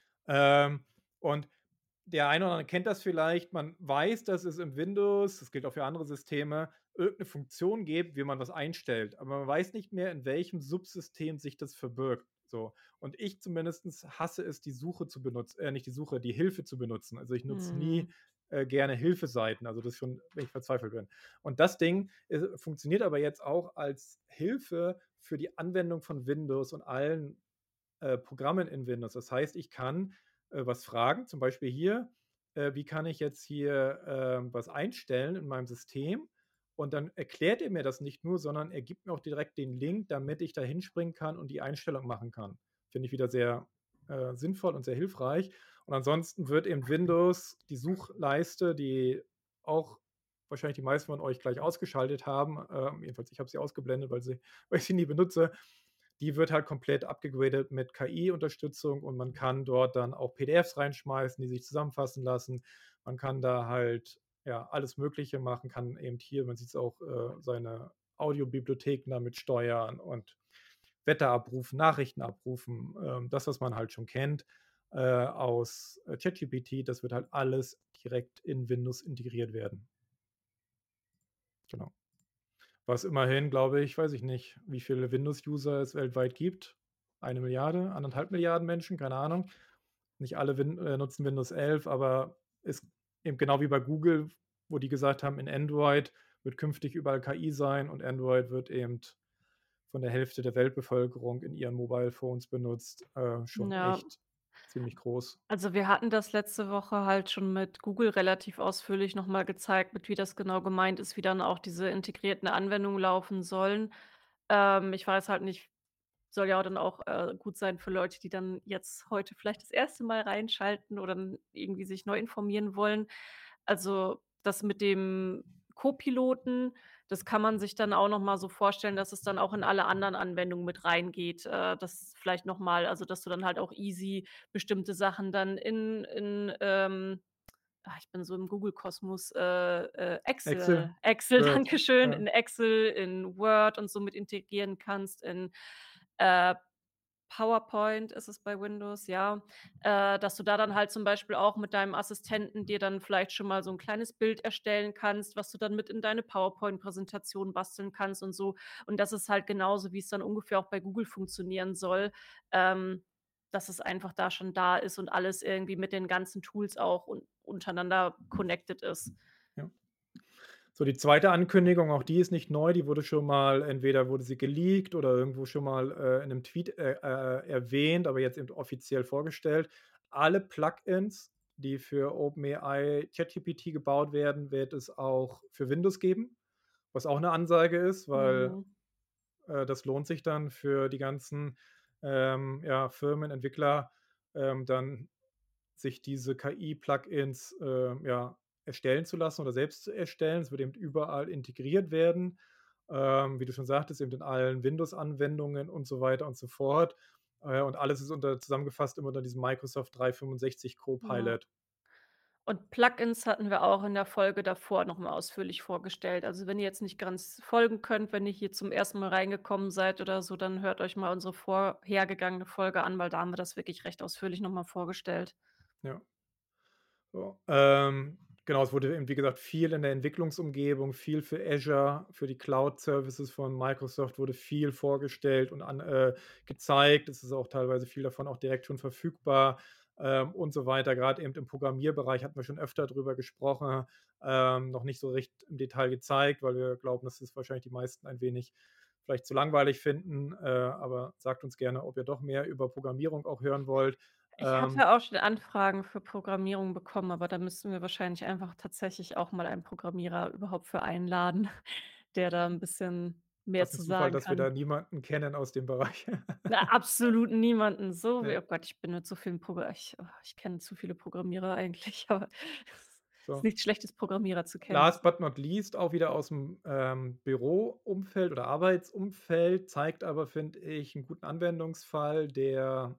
Ähm, und der eine oder andere kennt das vielleicht. Man weiß, dass es im Windows, das gilt auch für andere Systeme, irgend 'ne Funktion gibt, wie man was einstellt. Aber man weiß nicht mehr, in welchem Subsystem sich das verbirgt, so. Und ich zumindestens hasse es, die Suche zu benutz äh, nicht die Suche, die Hilfe zu benutzen. Also, ich nutze Mhm. nie, äh, gerne Hilfeseiten, also, das schon, wenn ich verzweifelt bin. Und das Ding, äh, funktioniert aber jetzt auch als Hilfe für die Anwendung von Windows und allen, äh, Programmen in Windows. Das heißt, ich kann, äh, was fragen, zum Beispiel hier, äh: „Wie kann ich jetzt hier, ähm, was einstellen in meinem System?“ Und dann erklärt er mir das nicht nur, sondern er gibt mir auch direkt den Link, damit ich da hinspringen kann und die Einstellung machen kann. Finde ich wieder sehr, äh, sinnvoll und sehr hilfreich. Und ansonsten wird eben Windows die Suchleiste, die auch wahrscheinlich die meisten von euch gleich ausgeschaltet haben, ähm, jedenfalls ich habe sie ausgeblendet, weil sie weil ich sie nie benutze, die wird halt komplett abgegradet mit K I-Unterstützung und man kann dort dann auch P D Fs reinschmeißen, die sich zusammenfassen lassen. Man kann da halt, ja, alles Mögliche machen, kann eben hier man sieht's auch, äh, seine Audiobibliotheken damit steuern und Wetter abrufen, Nachrichten abrufen, ähm, das, was man halt schon kennt, äh, aus, äh, ChatGPT, das wird halt alles direkt in Windows integriert werden. Genau. Was immerhin, glaube ich weiß ich nicht, wie viele Windows-User es weltweit gibt. eine Milliarde, anderthalb Milliarden Menschen, keine Ahnung. Nicht alle Win äh, nutzen Windows elf, aber ist eben genau wie bei Google, wo die gesagt haben, in Android wird künftig überall K I sein und Android wird eben von der Hälfte der Weltbevölkerung in ihren Mobile Phones benutzt, äh, schon Ja. echt ziemlich groß. Also, wir hatten das letzte Woche halt schon mit Google relativ ausführlich noch mal gezeigt, mit wie das genau gemeint ist, wie dann auch diese integrierten Anwendungen laufen sollen. Ähm, ich weiß halt nicht soll ja dann auch, äh, gut sein für Leute, die dann jetzt heute vielleicht das erste Mal reinschalten oder n irgendwie sich neu informieren wollen. Also, das mit dem Copiloten, das kann man sich dann auch noch mal so vorstellen, dass es dann auch in alle anderen Anwendungen mit reingeht. Äh, das vielleicht noch mal also, dass du dann halt auch easy bestimmte Sachen dann in in, ähm ah, ich bin so im Google-Kosmos, äh, äh, Excel, Excel Excel, Word, Dankeschön, ja. in Excel, in Word und so mit integrieren kannst, in, äh PowerPoint ist es bei Windows, ja, äh, dass du da dann halt zum Beispiel auch mit deinem Assistenten dir dann vielleicht schon mal so 'n kleines Bild erstellen kannst, was du dann mit in deine PowerPoint-Präsentation basteln kannst und so. Und das ist halt genauso, wie's dann ungefähr auch bei Google funktionieren soll, ähm, dass es einfach da schon da ist und alles irgendwie mit den ganzen Tools auch un untereinander connected ist. Ja. So, die zweite Ankündigung, auch die ist nicht neu, die wurde schon mal entweder wurde sie geleakt oder irgendwo schon mal, äh, in 'nem Tweet, äh, äh, erwähnt, aber jetzt eben offiziell vorgestellt. Alle Plugins, die für OpenAI ChatGPT gebaut werden, wird es auch für Windows geben, was auch 'ne Ansage ist, weil, Mhm. äh, das lohnt sich dann für die ganzen, ähm, ja, Firmen, Entwickler, ähm, dann sich diese K I-Plugins, ähm, ja, erstellen zu lassen oder selbst zu erstellen. Es wird eben überall integriert werden, ähm, wie du schon sagtest, eben in allen Windows-Anwendungen und so weiter und so fort. Äh, und alles ist unter zusammengefasst immer unter diesem Microsoft drei fünfundsechzig Ja. Copilot. Und Plugins hatten wir auch in der Folge davor noch mal ausführlich vorgestellt. Also, wenn ihr jetzt nicht ganz folgen könnt, wenn ihr hier zum ersten Mal reingekommen seid oder so, dann hört euch mal unsere vorhergegangene Folge an, weil da haben wir das wirklich recht ausführlich noch mal vorgestellt. Ja. So, ähm, genau, es wurde eben, wie gesagt, viel in der Entwicklungsumgebung, viel für Azure, für die Cloud-Services von Microsoft wurde viel vorgestellt und an äh, gezeigt. Es ist auch teilweise viel davon auch direkt schon verfügbar, ähm, und so weiter. Grad eben im Programmierbereich hatten wir schon öfter drüber gesprochen, ähm, noch nicht so recht im Detail gezeigt, weil wir glauben, dass es wahrscheinlich die meisten ein wenig vielleicht zu langweilig finden. Äh, aber sagt uns gerne, ob ihr doch mehr über Programmierung auch hören wollt. Ich Ähm hatte auch schon Anfragen für Programmierung bekommen, aber da müssten wir wahrscheinlich einfach tatsächlich auch mal einen Programmierer überhaupt für einladen, der da 'n bisschen mehr Was 'n zu Zufall, sagen dass wir da kann. niemanden kennen aus dem Bereich. Na, absolut niemanden. So wie Ne. oh Gott, ich bin mit so vielen Progra ich oh, ich kenne zu viele Programmierer eigentlich, aber ist So. nichts Schlechtes, Programmierer zu kennen. Last but not least auch wieder aus'm, ähm, Büroumfeld oder Arbeitsumfeld, zeigt aber, finde ich, 'n guten Anwendungsfall, der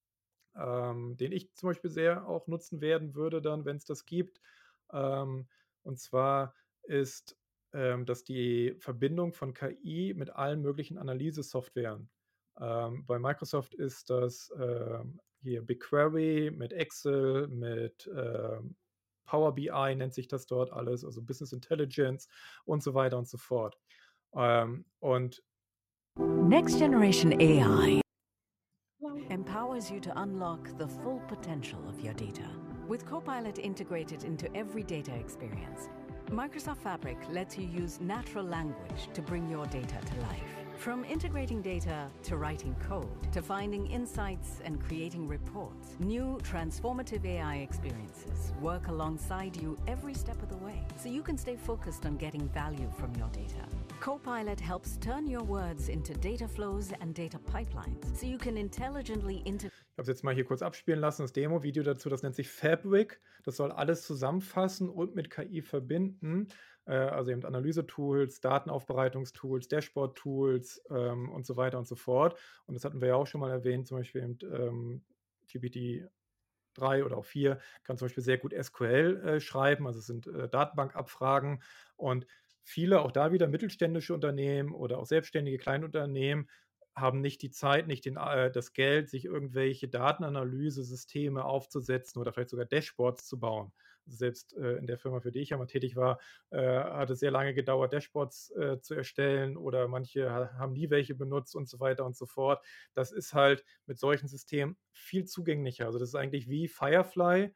ähm, den ich zum Beispiel sehr auch nutzen werden würde dann, wenn's das gibt. Ähm, und zwar ist, ähm, das die Verbindung von K I mit allen möglichen Analysesoftwaren. Ähm, bei Microsoft ist das, ähm, hier BigQuery mit Excel, mit, ähm, Power BI nennt sich das dort alles, also Business Intelligence und so weiter und so fort. Ähm, und Next generation A I empowers you to unlock the full potential of your data. With Copilot integrated into every data experience, Microsoft Fabric lets you use natural language to bring your data to life. From integrating data to writing code to finding insights and creating reports, new transformative A I experiences work alongside you every step of the way, so you can stay focused on getting value from your data. Copilot helps turn your words into data flows and data pipelines, so you can intelligently integrate. Ich habe es jetzt mal hier kurz abspielen lassen, das Demovideo dazu, das nennt sich Fabric. Das soll alles zusammenfassen und mit K I verbinden, äh, also eben Analyse-Tools, Datenaufbereitungstools, Dashboard-Tools, ähm, und so weiter und so fort. Und das hatten wir ja auch schon mal erwähnt, zum Beispiel eben, ähm, GPT drei oder auch vier kann zum Beispiel sehr gut S Q L, äh, schreiben, also es sind, äh, Datenbankabfragen. Und viele, auch da wieder mittelständische Unternehmen oder auch selbstständige Kleinunternehmen, haben nicht die Zeit, nicht den äh, das Geld, sich irgendwelche Datenanalyse-Systeme aufzusetzen oder vielleicht sogar Dashboards zu bauen. Selbst, äh, in der Firma, für die ich ja mal tätig war, äh, hat es sehr lange gedauert, Dashboards, äh, zu erstellen oder manche ha haben nie welche benutzt und so weiter und so fort. Das ist halt mit solchen Systemen viel zugänglicher. Also, das ist eigentlich wie Firefly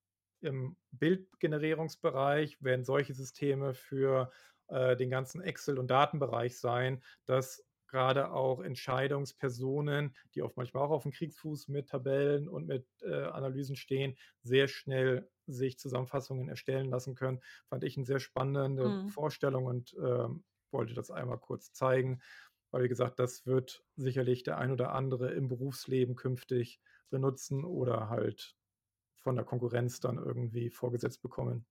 im Bildgenerierungsbereich, werden solche Systeme für, äh, den ganzen Excel und Datenbereich sein, dass grade auch Entscheidungspersonen, die oft manchmal auch auf'm Kriegsfuß mit Tabellen und mit, äh, Analysen stehen, sehr schnell sich Zusammenfassungen erstellen lassen können. Fand ich 'n sehr spannende Mhm. Vorstellung und, ähm, wollte das einmal kurz zeigen, weil wie gesagt, das wird sicherlich der ein oder andere im Berufsleben künftig benutzen oder halt von der Konkurrenz dann irgendwie vorgesetzt bekommen.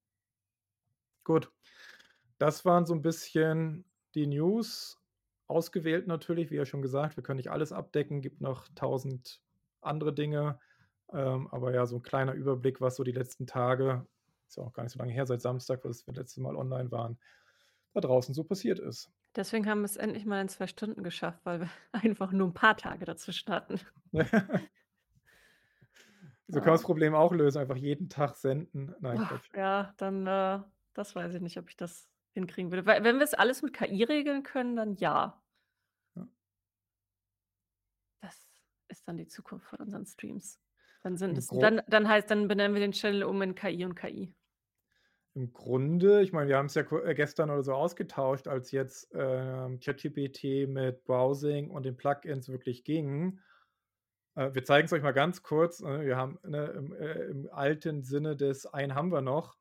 Gut, das waren so 'n bisschen die News. Ausgewählt natürlich, wie ja schon gesagt, wir können nicht alles abdecken, gibt noch tausend andere Dinge. Ähm, aber ja, so 'n kleiner Überblick, was so die letzten Tage ist ja auch gar nicht so lange her, seit Samstag, als wir letzte Mal online waren, da draußen so passiert ist. Deswegen haben wir's endlich mal in zwei Stunden geschafft, weil wir einfach nur 'n paar Tage dazwischen hatten. So kann man das Ja. Problem auch lösen, einfach jeden Tag senden. Nein, Quatsch. Ja, dann, äh das weiß ich nicht, ob ich das hinkriegen würde. Weil wenn wir's alles mit K I regeln können, dann ja. Ja. Das ist dann die Zukunft von unseren Streams. Dann sind Im es Gro dann dann heißt dann benennen wir den Channel um in K I und K I. Im Grunde ich meine, wir haben's ja ko äh, gestern oder so ausgetauscht, als jetzt, ähm, ChatGPT mit Browsing und den Plugins wirklich ging. Äh, wir zeigen's euch mal ganz kurz, ne? Wir haben, ne, im äh, im alten Sinne des „einen haben wir noch“.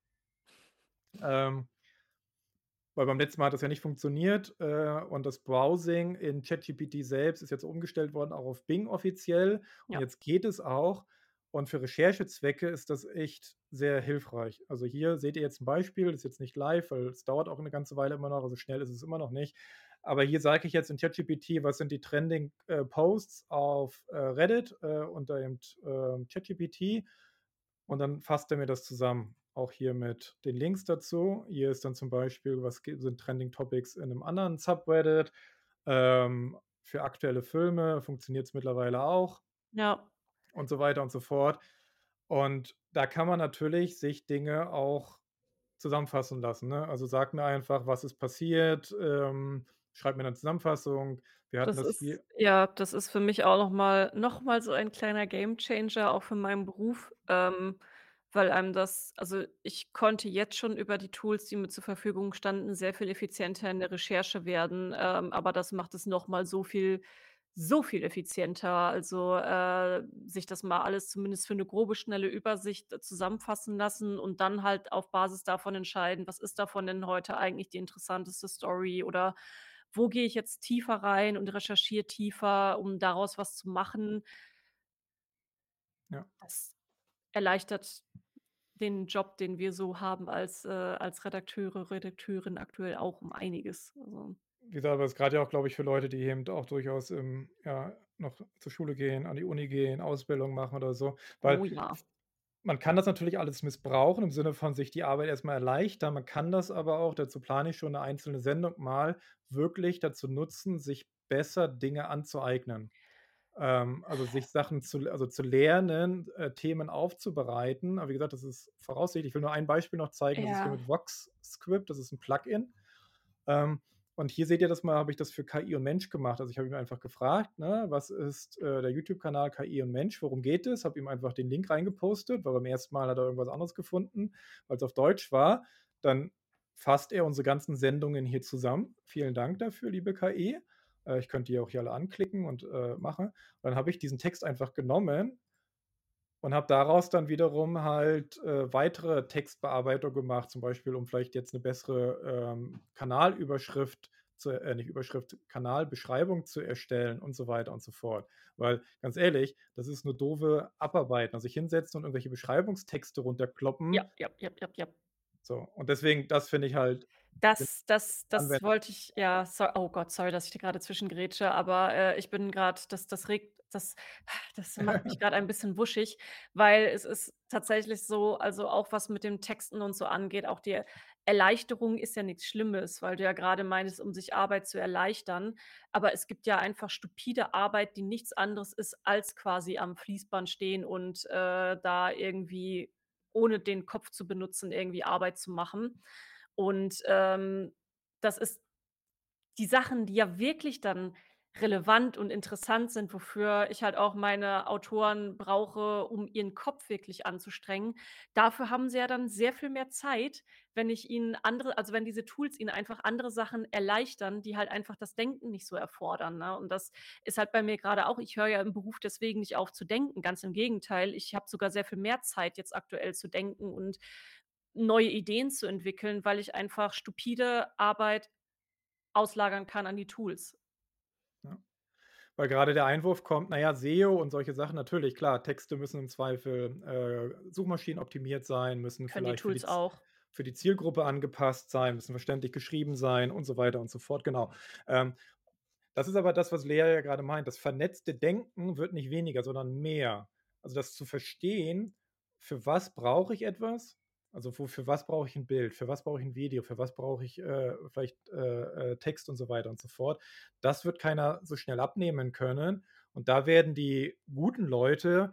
Ähm weil beim letzten Mal hat das ja nicht funktioniert, äh, und das Browsing in ChatGPT selbst ist jetzt umgestellt worden, auch auf Bing offiziell. Und Ja. jetzt geht es auch. Und für Recherchezwecke ist das echt sehr hilfreich. Also, hier seht ihr jetzt 'n Beispiel, das ist jetzt nicht live, weil es dauert auch 'ne ganze Weile immer noch, also schnell ist es immer noch nicht. Aber hier sage ich jetzt in ChatGPT, was sind die Trending, äh, Posts auf, äh, Reddit, äh, unter eben, ähm, ChatGPT und dann fasst er mir das zusammen, auch hier mit den Links dazu. Hier ist dann zum Beispiel, was gi sind Trending Topics in 'nem anderen Subreddit. Ähm, für aktuelle Filme funktioniert's mittlerweile auch Ja. und so weiter und so fort. Und da kann man natürlich sich Dinge auch zusammenfassen lassen, ne? Also, sag mir einfach, was ist passiert, ähm, schreib mir 'ne Zusammenfassung. Wir hatten Das das ist hier ja, das ist für mich auch noch mal noch mal so ein kleiner Gamechanger auch für meinen Beruf, ähm, weil einem das also, ich konnte jetzt schon über die Tools, die mir zur Verfügung standen, sehr viel effizienter in der Recherche werden, ähm, aber das macht es noch mal so viel so viel effizienter. Also, äh, sich das mal alles zumindest für 'ne grobe, schnelle Übersicht zusammenfassen lassen und dann halt auf Basis davon entscheiden: „Was ist davon denn heute eigentlich die interessanteste Story?“ Oder „Wo gehe ich jetzt tiefer rein und recherchiere tiefer, um daraus was zu machen?“ Ja. Das erleichtert den Job, den wir so haben als, äh als Redakteure, Redakteurin aktuell auch um einiges, also Wie gesagt, aber ist grad ja auch, glaube ich, für Leute, die eben auch durchaus, ähm, ja, noch zur Schule gehen, an die Uni gehen, Ausbildung machen oder so. Weil Oh ja. man kann das natürlich alles missbrauchen im Sinne von sich die Arbeit erst mal erleichtern. Man kann das aber auch, dazu plane ich schon 'ne einzelne Sendung mal, wirklich dazu nutzen, sich besser Dinge anzueignen. Ähm, also, sich Sachen zu l also, zu lernen, äh, Themen aufzubereiten. Aber wie gesagt, das ist voraussichtlich ich will nur ein Beispiel noch zeigen. Das ist hier Ja. mit VoxScript, das ist 'n Plugin. Ähm, und hier seht ihr das mal, habe ich das für K I und Mensch gemacht. Also, ich habe ihn einfach gefragt, ne: „Was ist, äh, der YouTube-Kanal K I und Mensch? Worum geht es?“ Habe ihm einfach den Link reingepostet, weil beim ersten Mal hat er irgendwas anderes gefunden, weil's auf Deutsch war. Dann fasst er unsere ganzen Sendungen hier zusammen. Vielen Dank dafür, liebe K I. Äh, ich könnte die auch hier alle anklicken und, äh, machen. Dann habe ich diesen Text einfach genommen und habe daraus dann wiederum halt, äh, weitere Textbearbeitung gemacht, zum Beispiel, um vielleicht jetzt 'ne bessere, ähm, Kanalüberschrift zu äh, nicht Überschrift, Kanalbeschreibung zu erstellen und so weiter und so fort. Weil, ganz ehrlich, das ist 'ne doofe Abarbeit. Also, sich hinsetzen und irgendwelche Beschreibungstexte Ja, runterkloppen ja, ja, ja, ja. so, und deswegen, das finde ich halt Das das das Anwendung. wollte ich ja, so oh Gott, sorry, dass ich dir grade zwischengrätsche, aber, äh, ich bin grad das das regt das das macht mich grad ein bisschen wuschig, weil es ist tatsächlich so also, auch was mit den Texten und so angeht, auch die Erleichterung ist ja nix Schlimmes, weil du ja grade meintest, um sich Arbeit zu erleichtern. Aber es gibt ja einfach stupide Arbeit, die nichts anderes ist, als quasi am Fließband stehen und, äh, da irgendwie, ohne den Kopf zu benutzen, irgendwie Arbeit zu machen. Und, ähm, das ist die Sachen, die ja wirklich dann relevant und interessant sind, wofür ich halt auch meine Autoren brauche, um ihren Kopf wirklich anzustrengen. Dafür haben sie ja dann sehr viel mehr Zeit, wenn ich ihnen andere also, wenn diese Tools ihnen einfach andere Sachen erleichtern, die halt einfach das Denken nicht so erfordern, ne? Und das ist halt bei mir grade auch ich höre ja im Beruf deswegen nicht auf zu denken, ganz im Gegenteil. Ich habe sogar sehr viel mehr Zeit jetzt aktuell zu denken und neue Ideen zu entwickeln, weil ich einfach stupide Arbeit auslagern kann an die Tools. Ja. Weil grade der Einwurf kommt, na ja, S E O und solche Sachen natürlich, klar, Texte müssen im Zweifel, äh, suchmaschinenoptimiert sein, müssen Können die vielleicht für die Tools Z auch. für die Zielgruppe angepasst sein, müssen verständlich geschrieben sein und so weiter und so fort, genau. Ähm, das ist aber das, was Lea ja grade meint. Das vernetzte Denken wird nicht weniger, sondern mehr. Also, das zu verstehen, für was brauche ich etwas? Also wo, für was brauche ich ein Bild, für was brauche ich ein Video, für was brauche ich äh, vielleicht äh, äh, Text und so weiter und so fort. Das wird keiner so schnell abnehmen können. Und da werden die guten Leute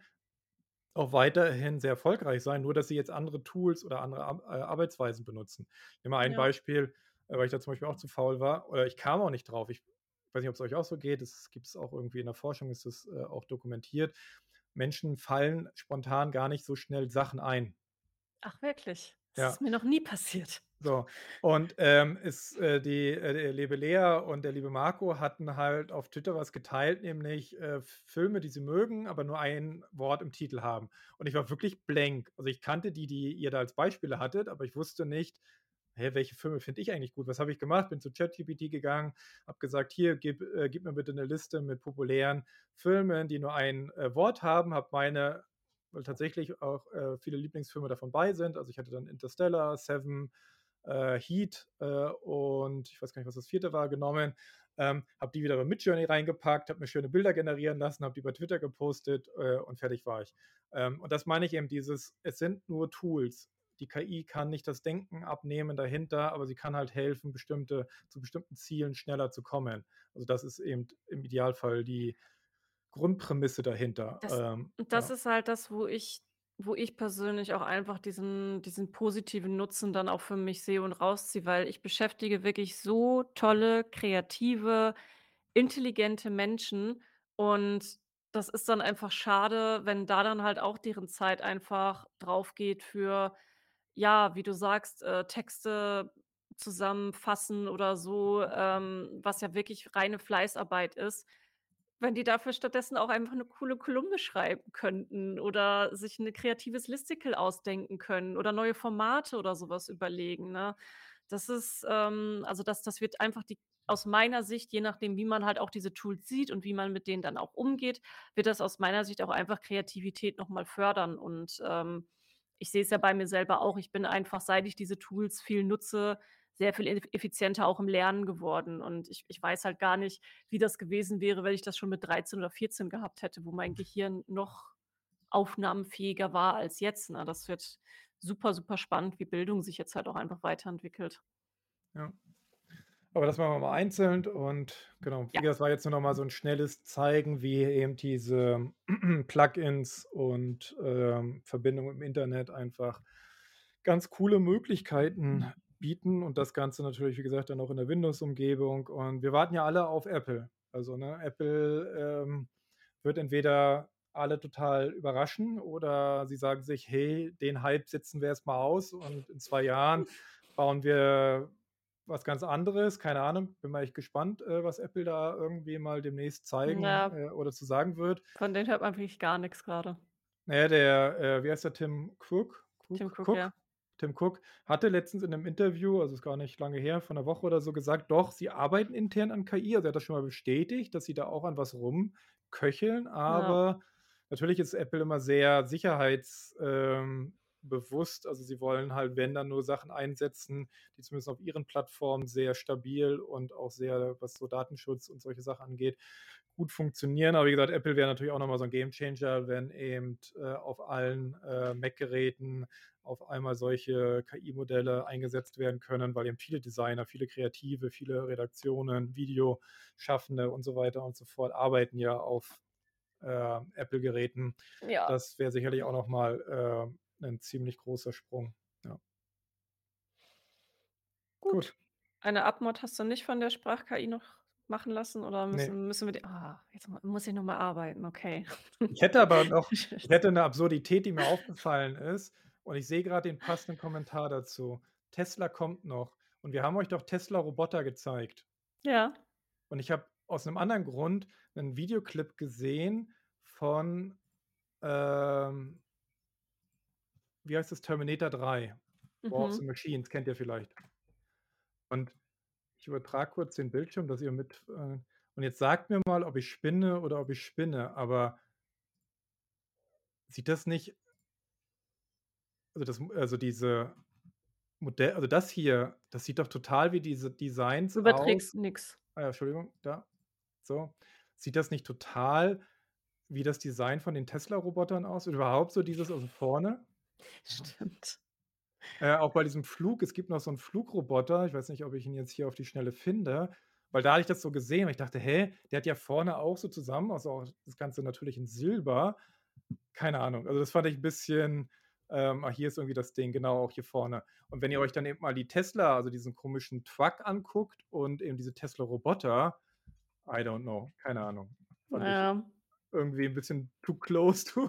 auch weiterhin sehr erfolgreich sein, nur dass sie jetzt andere Tools oder andere Ar äh, Arbeitsweisen benutzen. Ich nehme mal ein Ja. Beispiel, äh, weil ich da zum Beispiel auch zu faul war oder ich kam auch nicht drauf. Ich weiß nicht, ob es euch auch so geht. Das gibt es auch irgendwie in der Forschung, ist das äh, auch dokumentiert. Menschen fallen spontan gar nicht so schnell Sachen ein. Ach wirklich? Das Ja. ist mir noch nie passiert. So, und ähm, ist, äh, die, äh, die liebe Lea und der liebe Marco hatten halt auf Twitter was geteilt, nämlich äh, Filme, die sie mögen, aber nur ein Wort im Titel haben. Und ich war wirklich blank. Also ich kannte die, die ihr da als Beispiele hattet, aber ich wusste nicht, hä, welche Filme finde ich eigentlich gut? Was habe ich gemacht? Bin zu ChatGPT gegangen, habe gesagt, hier, gib, äh, gib mir bitte eine Liste mit populären Filmen, die nur ein äh, Wort haben, habe meine, weil tatsächlich auch äh, viele Lieblingsfilme davon bei sind. Also ich hatte dann Interstellar, Seven, äh, Heat äh, und ich weiß gar nicht, was das vierte war, genommen. Ähm, habe die wieder bei Midjourney reingepackt, habe mir schöne Bilder generieren lassen, habe die bei Twitter gepostet äh, und fertig war ich. Ähm, und das meine ich eben, dieses, es sind nur Tools. Die K I kann nicht das Denken abnehmen dahinter, aber sie kann halt helfen, bestimmte, zu bestimmten Zielen schneller zu kommen. Also das ist eben im Idealfall die Grundprämisse dahinter. Das Ähm, und das ja. ist halt das, wo ich wo ich persönlich auch einfach diesen diesen positiven Nutzen dann auch für mich sehe und rausziehe, weil ich beschäftige wirklich so tolle, kreative, intelligente Menschen und das ist dann einfach schade, wenn da dann halt auch deren Zeit einfach draufgeht für, ja, wie du sagst, äh, Texte zusammenfassen oder so, ähm, was ja wirklich reine Fleißarbeit ist. Wenn die dafür stattdessen auch einfach 'ne coole Kolumne schreiben könnten oder sich 'ne kreatives Listicle ausdenken können oder neue Formate oder so was überlegen, ne? Das ist, ähm also, das das wird einfach die aus meiner Sicht, je nachdem, wie man halt auch diese Tools sieht und wie man mit denen dann auch umgeht, wird das aus meiner Sicht auch einfach Kreativität noch mal fördern. Und, ähm, ich sehe es ja bei mir selber auch. Ich bin einfach, seit ich diese Tools viel nutze, sehr viel eff effizienter auch im Lernen geworden. Und ich ich weiß halt gar nicht, wie das gewesen wäre, wenn ich das schon mit dreizehn oder vierzehn gehabt hätte, wo mein Gehirn noch aufnahmenfähiger war als jetzt, ne? Das wird super, super spannend, wie Bildung sich jetzt halt auch einfach weiterentwickelt. Ja. Aber das machen wir mal einzeln und genau, wie Ja. gesagt, das war jetzt nur noch mal so 'n schnelles Zeigen, wie eben diese Plugins und, ähm, Verbindungen im Internet einfach ganz coole Möglichkeiten bieten und das Ganze natürlich, wie gesagt, dann auch in der Windows-Umgebung. Und wir warten ja alle auf Apple. Also, ne, Apple, ähm, wird entweder alle total überraschen oder sie sagen sich: „Hey, den Hype sitzen wir erst mal aus und in zwei Jahren bauen wir was ganz anderes." Keine Ahnung, bin mal echt gespannt, äh, was Apple da irgendwie mal demnächst zeigen, Ja. äh, oder zu sagen wird. Von denen hört man wirklich gar nix grade. Na ja, der, äh, wie heißt der, Tim Cook Tim Cook Cook, ja. Cook? Tim Cook hatte letztens in 'nem Interview, also ist gar nicht lange her, vor 'ner Woche oder so gesagt, doch, sie arbeiten intern an K I. Also, er hat das schon mal bestätigt, dass sie da auch an was rumköcheln, Ja. aber natürlich ist Apple immer sehr sicherheits ähm, bewusst. Also, sie wollen halt, wenn dann nur Sachen einsetzen, die zumindest auf ihren Plattformen sehr stabil und auch sehr, was so Datenschutz und solche Sachen angeht, gut funktionieren. Aber wie gesagt, Apple wäre natürlich auch noch mal so 'n Gamechanger, wenn eben, äh, auf allen, äh, Mac-Geräten auf einmal solche K I-Modelle eingesetzt werden können, weil eben viele Designer, viele Kreative, viele Redaktionen, Videoschaffende und so weiter und so fort arbeiten ja auf, äh, Apple-Geräten. Ja. Das wäre sicherlich auch noch mal, äh, 'nen ziemlich großer Sprung, ja. Gut. Gut. Eine Abmod hast du nicht von der Sprach-K I noch machen lassen oder Ne. müssen müssen wir die ah, jetzt mu muss ich noch mal arbeiten, okay. Ich hätte aber noch ich hätte 'ne Absurdität, die mir aufgefallen ist und ich sehe grad den passenden Kommentar dazu. Tesla kommt noch und wir haben euch doch Tesla-Roboter gezeigt. Ja. Und ich habe aus 'nem anderen Grund 'nen Videoclip gesehen von, ähm wie heißt das? Terminator drei, War of the Mhm. Machines, kennt ihr vielleicht. Und ich übertrage kurz den Bildschirm, dass ihr mit äh, und jetzt sagt mir mal, ob ich spinne oder ob ich spinne, aber sieht das nicht also das M also diese Modell also das hier, das sieht doch total wie diese Du Designs aus überträgst nix. ah ja, Entschuldigung, da, so. Sieht das nicht total wie das Design von den Tesla-Robotern aus oder überhaupt so dieses, also vorne? Stimmt. Äh, auch bei diesem Flug, es gibt noch so 'n Flugroboter, ich weiß nicht, ob ich ihn jetzt hier auf die Schnelle finde, weil da hatte ich das so gesehen und ich dachte: „Hä, der hat ja vorne auch so zusammen, also auch das Ganze natürlich in Silber.“ Keine Ahnung. Also, das fand ich 'n bisschen, ähm, ah, hier ist irgendwie das Ding, genau, auch hier vorne. Und wenn ihr euch dann eben mal die Tesla, also diesen komischen Truck anguckt und eben diese Tesla-Roboter, I don't know, keine Ahnung. Fand ich Ja. irgendwie 'n bisschen too close to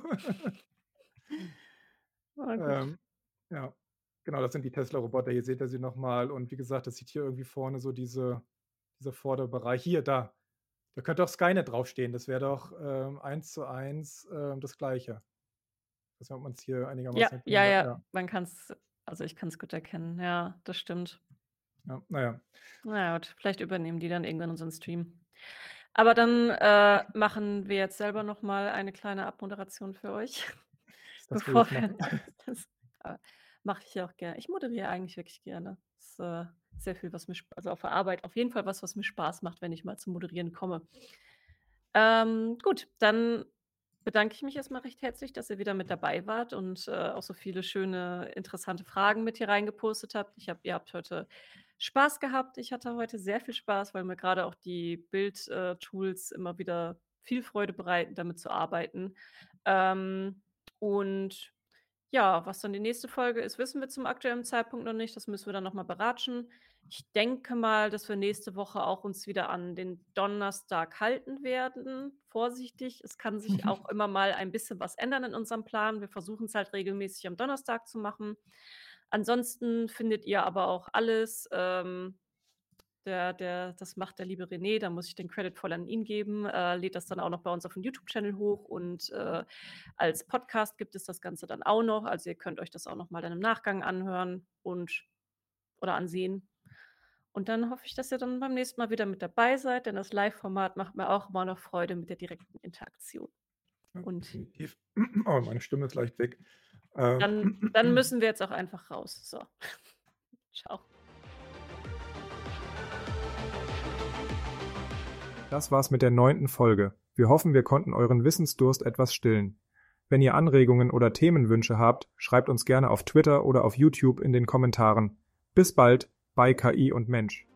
Na gut. ähm, ja. Genau, das sind die Tesla-Roboter. Hier seht ihr sie noch mal und wie gesagt, das sieht hier irgendwie vorne so diese dieser Vorderbereich hier, da. Da könnte auch Skynet draufstehen. Das wäre doch, ähm, eins zu eins, ähm, das Gleiche. Weiß nicht, ob man's hier Ja, einigermaßen ja, erkennen ja, ja. man kann's also, ich kann's gut erkennen. Ja, das stimmt. Ja, na ja. Na ja, gut, vielleicht übernehmen die dann irgendwann unseren Stream. Aber dann, äh, machen wir jetzt selber noch mal eine kleine Abmoderation für euch, Das will bevor ich wir machen. das äh, mache ich ja auch gerne. Ich moderiere eigentlich wirklich gerne. Ist, äh, sehr viel, was mir sp also, auf der Arbeit auf jeden Fall was, was mir Spaß macht, wenn ich mal zum Moderieren komme. Ähm, gut, dann bedanke ich mich erst mal recht herzlich, dass ihr wieder mit dabei wart und, äh, auch so viele schöne, interessante Fragen mit hier reingepostet habt. Ich habe ihr habt heute Spaß gehabt. Ich hatte heute sehr viel Spaß, weil mir grade auch die Bild äh, Tools immer wieder viel Freude bereiten, damit zu arbeiten. Ähm, und ja, was dann die nächste Folge ist, wissen wir zum aktuellen Zeitpunkt noch nicht. Das müssen wir dann noch mal beratschen. Ich denke mal, dass wir nächste Woche auch uns wieder an den Donnerstag halten werden. Vorsichtig, es kann sich auch immer mal ein bisschen was ändern in unserem Plan. Wir versuchen's halt regelmäßig am Donnerstag zu machen. Ansonsten findet ihr aber auch alles, ähm der der das macht der liebe René, da muss ich den Credit voll an ihn geben, äh, lädt das dann auch noch bei uns auf den YouTube-Channel hoch und, äh, als Podcast gibt es das Ganze dann auch noch. Also, ihr könnt euch das auch noch mal dann im Nachgang anhören und oder ansehen. Und dann hoffe ich, dass ihr dann beim nächsten Mal wieder mit dabei seid, denn das Live-Format macht mir auch immer noch Freude mit der direkten Interaktion. Ja, Und definitiv. Oh, meine Stimme ist leicht weg. Ähm dann dann müssen wir jetzt auch einfach raus. So. Tschau. Das war's mit der neunten Folge. Wir hoffen, wir konnten euren Wissensdurst etwas stillen. Wenn ihr Anregungen oder Themenwünsche habt, schreibt uns gerne auf Twitter oder auf YouTube in den Kommentaren. Bis bald bei K I und Mensch.